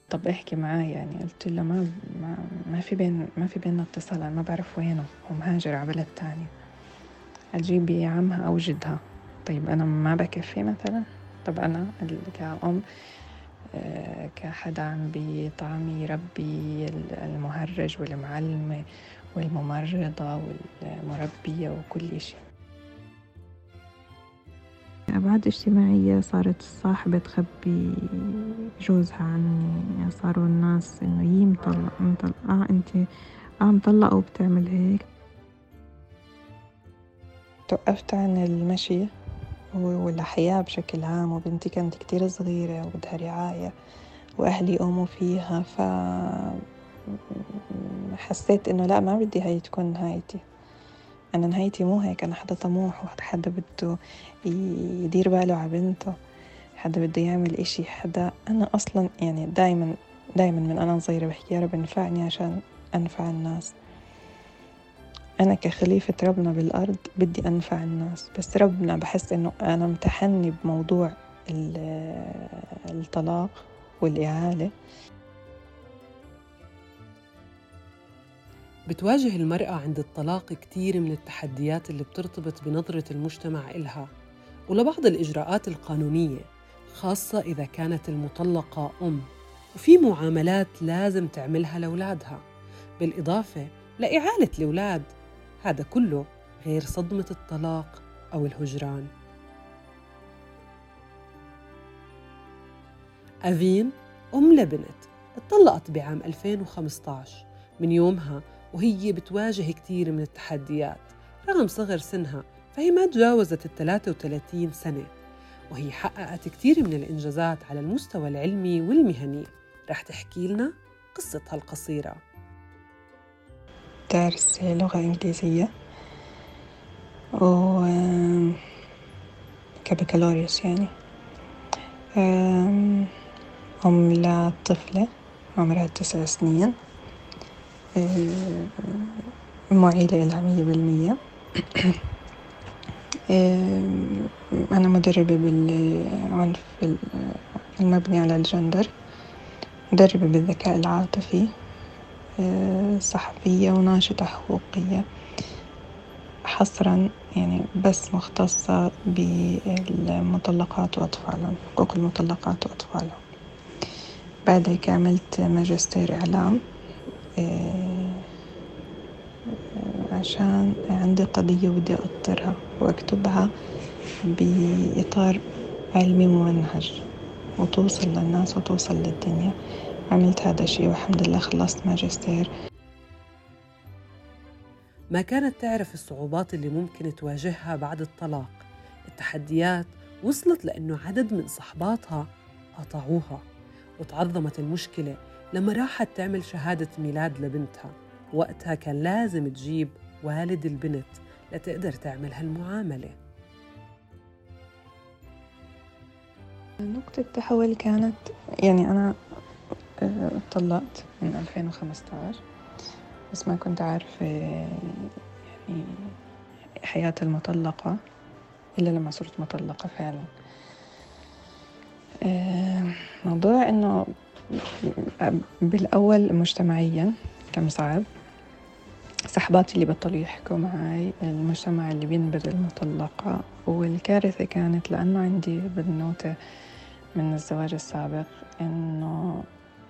طب احكي معاه. يعني قلت له ما في بيننا اتصال، أنا ما بعرف وينه، هو مهاجر على بلد تاني. أجيبي عمها أو جدها، طيب أنا ما بكفي مثلا؟ طب أنا كأم، كحدا عم بيطعمي يربي المهرج والمعلمة والممرضة والمربية وكل إشي. أبعاد اجتماعية، صارت الصاحبة تخبي جوزها عني، يعني صاروا الناس إنه يي مطلق أنت مطلقة وبتعمل هيك. توقفت عن المشي والحياة بشكل عام، وبنتي كانت كتير صغيرة وبدها رعاية وأهلي يقوموا فيها، حسيت إنه لا، ما بدي هاي تكون نهايتي. أنا نهايتي مو هيك، أنا حدا طموح وحدا بده يدير باله على بنته، حدا بده يعمل إشي، حدا أنا أصلا يعني دايما من أنا صغيرة بحكي يا رب انفعني عشان أنفع الناس. أنا كخليفة ربنا بالأرض بدي أنفع الناس، بس ربنا بحس إنه أنا امتحني بموضوع الطلاق والإعالة. بتواجه المرأة عند الطلاق كتير من التحديات اللي بترتبط بنظرة المجتمع إلها ولبعض الإجراءات القانونية، خاصة إذا كانت المطلقة أم، وفي معاملات لازم تعملها لأولادها، بالإضافة لإعالة الأولاد. هذا كله غير صدمة الطلاق أو الهجران. أفين أم لبنت اتطلقت بعام 2015. من يومها وهي بتواجه كتير من التحديات رغم صغر سنها، فهي ما تجاوزت 33 سنة، وهي حققت كتير من الإنجازات على المستوى العلمي والمهني. رح تحكي لنا قصتها القصيرة. دارس لغة إنجليزية و كبكالوريوس يعني. أم لطفلة عمرها 9 سنين، معيلة إلها 100%. أنا مدربة بالعنف المبني على الجندر، مدربة بالذكاء العاطفي، صحفية وناشطة حقوقية، حصرا يعني بس مختصة بالمطلقات وأطفالهم، حقوق المطلقات وأطفالهم. بعد هيك عملت ماجستير إعلام، عشان عندي قضية ودي أطرها وأكتبها بإطار علمي ممنهج وتوصل للناس وتوصل للدنيا. عملت هذا الشيء والحمد لله خلصت ماجستير. ما كانت تعرف الصعوبات اللي ممكن تواجهها بعد الطلاق. التحديات وصلت لأنه عدد من صحباتها قطعوها، وتعظمت المشكلة لما راحت تعمل شهادة ميلاد لبنتها. وقتها كان لازم تجيب والد البنت لتقدر تعمل هالمعاملة. نقطة التحول كانت يعني أنا طلقت من 2015، بس ما كنت عارفة يعني حياة المطلقة إلا لما صرت مطلقة فعلا. موضوع إنه بالأول مجتمعيا كان صعب، صحباتي اللي بطلوا يحكوا معي، المجتمع اللي بينبذ المطلقة. والكارثة كانت لأنه عندي بنوتة من الزواج السابق، إنه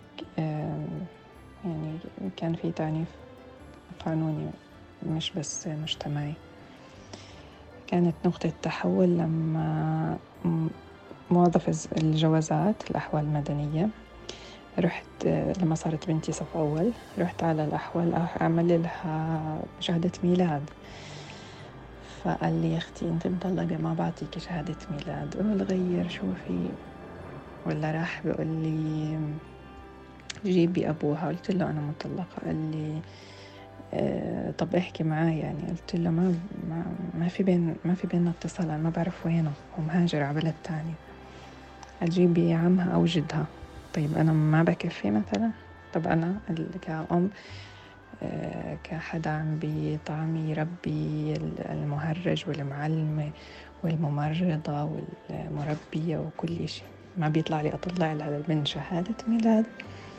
يعني كان في تعنيف قانوني مش بس مجتمعي. كانت نقطة تحول لما موظف الجوازات الأحوال المدنية رحت، لما صارت بنتي صف أول رحت على الأحوال أعمل لها شهادة ميلاد، فقال لي يا أختي أنت مطلقة ما بعطيك شهادة ميلاد. قلت غير شوفي، ولا راح بيقول لي جيبي أبوها. قلت له أنا مطلقة. قال لي طب احكي معاه. يعني قلت له ما في بيننا اتصال، أنا ما بعرف وينه، هو مهاجر على بلد تاني. أجيبي عمها أو جدها، طيب أنا ما بكفي مثلا؟ طب أنا كأم، كحدا عم بيطعمي يربي المهرج والمعلمة والممرضة والمربية وكل إشي، ما بيطلع لي أطلع لها البنت شهادة ميلاد؟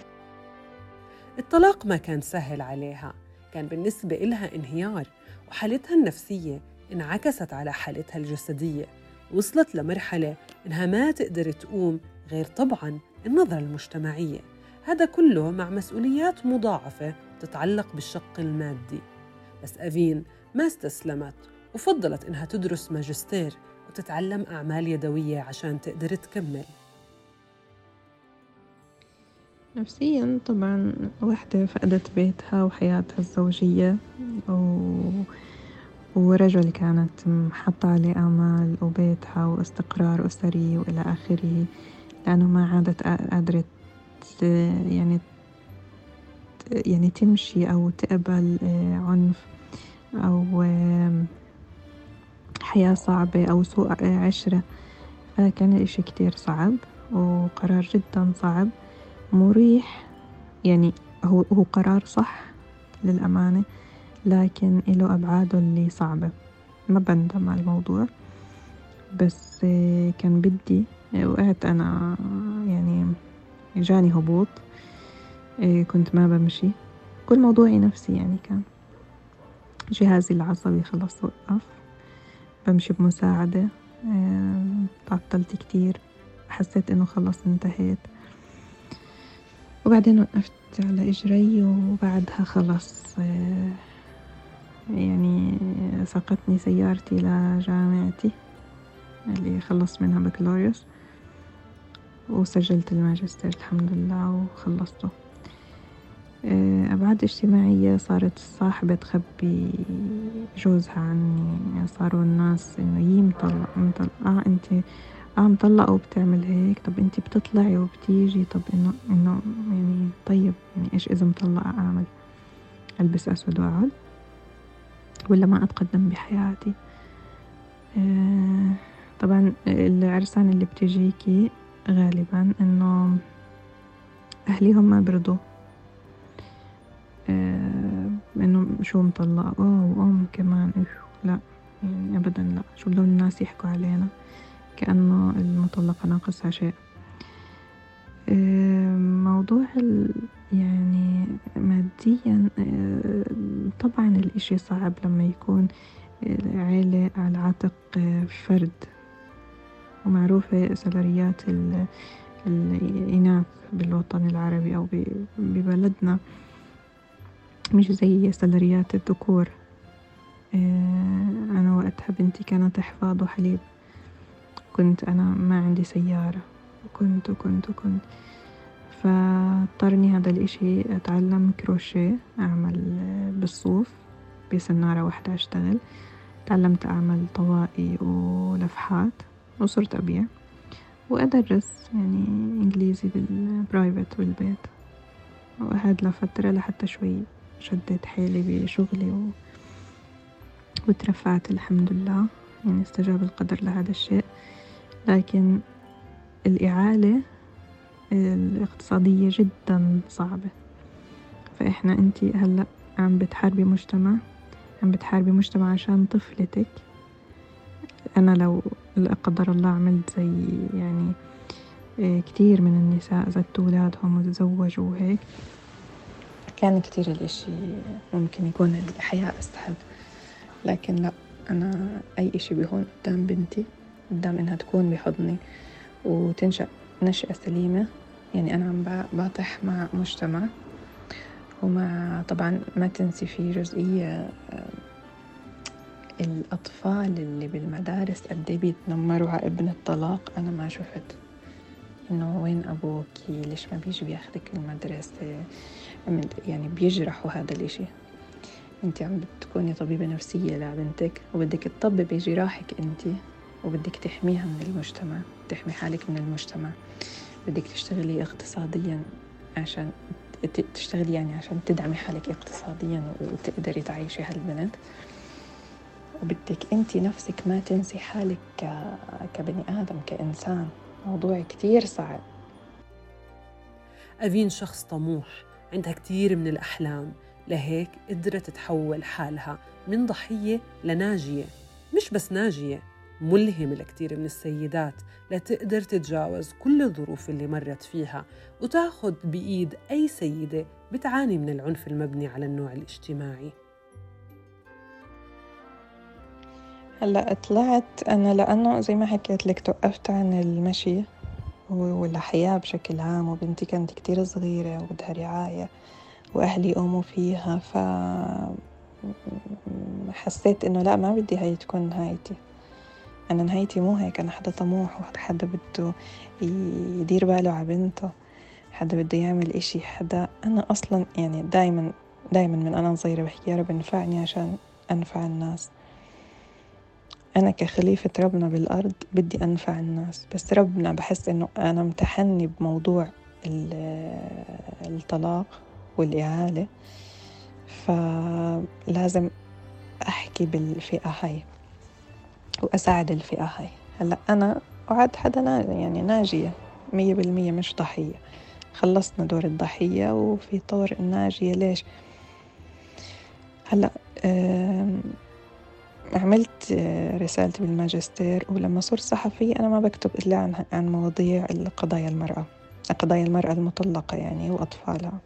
الطلاق ما كان سهل عليها، كان بالنسبة إلها انهيار، وحالتها النفسية انعكست على حالتها الجسدية. وصلت لمرحلة إنها ما تقدر تقوم غير طبعاً النظرة المجتمعية، هذا كله مع مسؤوليات مضاعفة تتعلق بالشق المادي. بس أفين ما استسلمت، وفضلت إنها تدرس ماجستير وتتعلم أعمال يدوية عشان تقدر تكمل. نفسيا طبعا واحدة فقدت بيتها وحياتها الزوجية ورجل كانت محطة عليه آمال وبيتها واستقرار أسري وإلى آخره، لأنه ما عادت قادرة يعني تمشي أو تقبل عنف أو حياة صعبة أو سوء عشرة. فكان الإشي كتير صعب وقرار جدا صعب مريح، يعني هو قرار صح للأمانة، لكن له أبعاده اللي صعبة. ما بندم على الموضوع، بس كان بدي وقعت أنا، يعني جاني هبوط، كنت ما بمشي، كل موضوعي نفسي، يعني كان جهازي العصبي خلص وقف، بمشي بمساعدة، تعطلت كتير، حسيت إنه خلص انتهيت، وبعدين وقفت على إجري، وبعدها خلص يعني ساقتني سيارتي لجامعتي اللي خلصت منها بكالوريوس، وسجلت الماجستير الحمد لله وخلصته. أبعاد اجتماعية، صارت صاحبة تخبي جوزها عني، يعني صاروا الناس إنه مطلق أنت مطلقة وبتعمل هيك، طب أنت بتطلعي وبتيجي، طب إنه يعني طيب، يعني إيش إذا مطلقة أعمل؟ ألبس أسود وأقعد ولا ما أتقدم بحياتي؟ طبعا العرسان اللي بتجيكي غالبا إنه أهليهم ما برضوا، إنه شو مطلقة وأم كمان، لا يعني أبدا لا، شو بدهم الناس يحكوا علينا كأنه المطلقة ناقصها شيء. موضوع يعني ماديا، طبعا الإشي صعب لما يكون عيلة على عاتق فرد، ومعروفة سلريات الإناث بالوطن العربي أو ببلدنا مش زي سلريات الذكور. أنا وقتها بنتي كانت حفاض وحليب، كنت أنا ما عندي سيارة، وكنت فاضطرني هذا الإشي أتعلم كروشيه، أعمل بالصوف بسنارة واحدة أشتغل، تعلمت أعمل طوائي ولفحات، وصرت أبيع وأدرس يعني إنجليزي بالبرايفت بالبيت، وهاد لفترة لحتى شوي شديت حيلي بشغلي وترفعت الحمد لله، يعني استجاب القدر لهذا الشيء. لكن الإعالة الاقتصادية جدا صعبة، فإحنا أنتي هلأ عم بتحاربي مجتمع عشان طفلتك. أنا لو لا قدر الله عملت زي يعني كتير من النساء زدت أولادهم وتزوجوا وهيك، كان كتير الإشي ممكن يكون الحياة أسهل. لكن لا، أنا أي إشي بيهون قدام بنتي، قدام إنها تكون بحضني وتنشأ نشأة سليمة، يعني أنا عم بطح مع مجتمع، ومع طبعا ما تنسي في جزئية الأطفال اللي بالمدارس قد إيه بيتنمروا على ابن الطلاق. أنا ما شفت إنه وين أبوكي، ليش ما بيجي بياخدك المدرسة، يعني بيجرحوا هذا الإشي. أنت عم بتكوني طبيبة نفسية لبنتك وبدك تطببي جراحك أنت، وبدك تحميها من المجتمع، تحمي حالك من المجتمع، بدك تشتغلي اقتصاديا عشان تشتغلي، يعني عشان تدعمي حالك اقتصاديا وتقدري تعيشي هالبنت، وبدك أنت نفسك ما تنسي حالك كبني آدم كإنسان. موضوع كتير صعب. أفين شخص طموح، عندها كتير من الأحلام، لهيك قدرت تحول حالها من ضحية لناجية، مش بس ناجية، ملهمة لكتير من السيدات لتقدر تتجاوز كل الظروف اللي مرت فيها وتاخد بإيد أي سيدة بتعاني من العنف المبني على النوع الاجتماعي؟ هلأ طلعت أنا، لأنه زي ما حكيت لك توقفت عن المشي والحياة بشكل عام، وبنتي كانت كتير صغيرة وبدها رعاية وأهلي قاموا فيها، حسيت إنه لا، ما بدي هاي تكون نهايتي. أنا نهايتي مو هيك. أنا حدا طموح، حدا بده يدير باله على بنته، حدا بده يعمل إشي، حدا. أنا أصلا يعني دايما من أنا صغيرة بحكي يا رب انفعني عشان أنفع الناس. أنا كخليفة ربنا بالأرض بدي أنفع الناس، بس ربنا بحس إنه أنا امتحني بموضوع الطلاق والإعالة، فلازم أحكي بالفئة هاي وأساعد الفئة هاي. هلأ أنا وعد حدا يعني ناجية 100%، مش ضحية. خلصنا دور الضحية وفي طور الناجية. ليش؟ هلأ عملت رسالتي بالماجستير، ولما صرت صحفية أنا ما بكتب إلا عن مواضيع قضايا المرأة المطلقة يعني وأطفالها.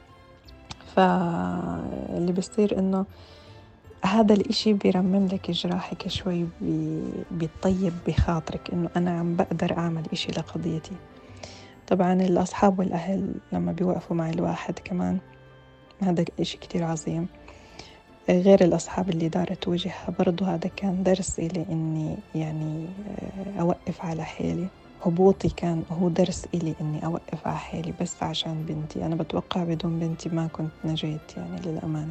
فاللي بيصير إنه هذا الإشي بيرمم لك جراحك شوي، بيطيب بخاطرك إنه أنا عم بقدر أعمل إشي لقضيتي. طبعا الأصحاب والأهل لما بيوقفوا مع الواحد كمان هذا إشي كتير عظيم. غير الأصحاب اللي دارت وجهها، برضو هذا كان درس إلي إني يعني أوقف على حالي. هبوطي كان هو درس إلي إني أوقف على حالي بس عشان بنتي. أنا بتوقع بدون بنتي ما كنت نجيت يعني للأمانة.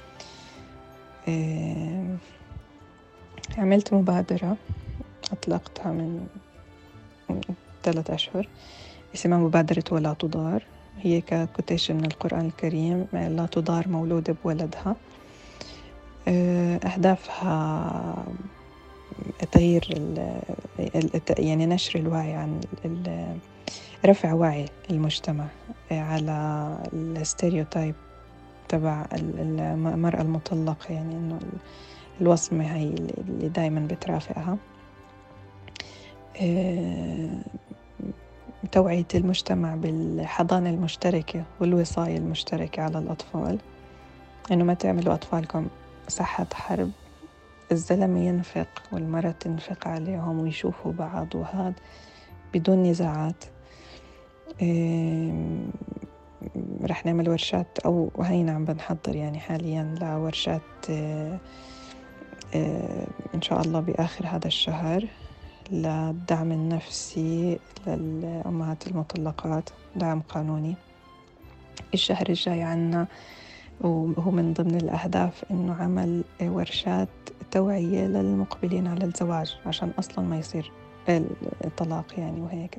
عملت مبادرة أطلقتها من 3 أشهر، اسمها مبادرة ولا تضار. هي ككوتيشن من القرآن الكريم، لا تضار مولودة بولدها. أهدافها تغيير يعني نشر الوعي عن رفع وعي المجتمع على الستيريوتايب تبع المرأة المطلقة، يعني إنه الوصمة هاي اللي دايما بترافقها. توعية المجتمع بالحضانة المشتركة والوصاية المشتركة على الأطفال، إنه ما تعملوا أطفالكم ساحة حرب. الزلمة ينفق والمرأة تنفق عليهم ويشوفوا بعض، وهذا بدون نزاعات. رح نعمل ورشات، أو هينا عم بنحضر يعني حاليا لورشات إن شاء الله بآخر هذا الشهر للدعم النفسي للأمهات المطلقات، دعم قانوني. الشهر الجاي عنا وهو من ضمن الأهداف إنه عمل ورشات توعية للمقبلين على الزواج عشان أصلا ما يصير الطلاق يعني وهيك.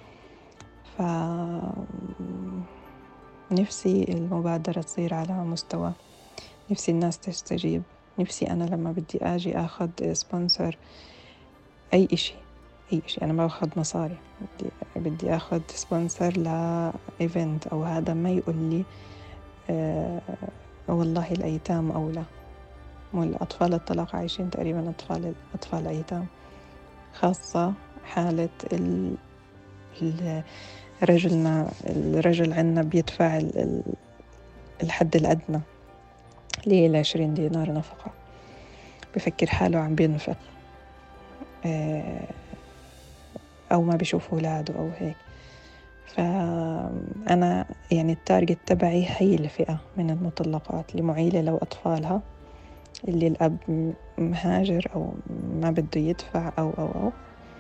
نفسي المبادرة تصير على مستوى، نفسي الناس تستجيب. نفسي أنا لما بدي أجي أخذ سبونسر أي إشي أنا ما أخذ مصاري، بدي أخذ سبونسر لإيفنت أو هذا، ما يقول لي والله الأيتام أولى. والأطفال الطلاق عايشين تقريبا أطفال أيتام، خاصة حالة الرجل عنا بيدفع الحد الأدنى اللي هي 20 دينار نفقة، بفكر حاله عم بينفق أو ما بيشوف أولاده أو هيك. فأنا يعني التارجت تبعي هي الفئة من المطلقات اللي معيلة لو أطفالها، اللي الأب مهاجر أو ما بده يدفع أو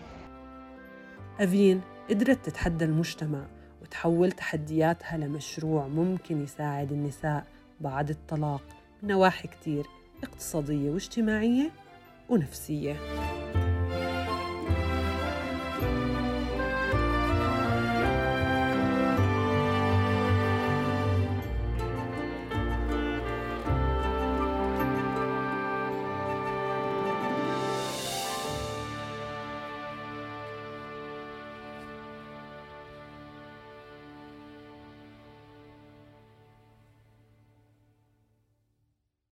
أفين قدرت تتحدى المجتمع وتحول تحدياتها لمشروع ممكن يساعد النساء بعد الطلاق من نواحي كتير اقتصادية واجتماعية ونفسية.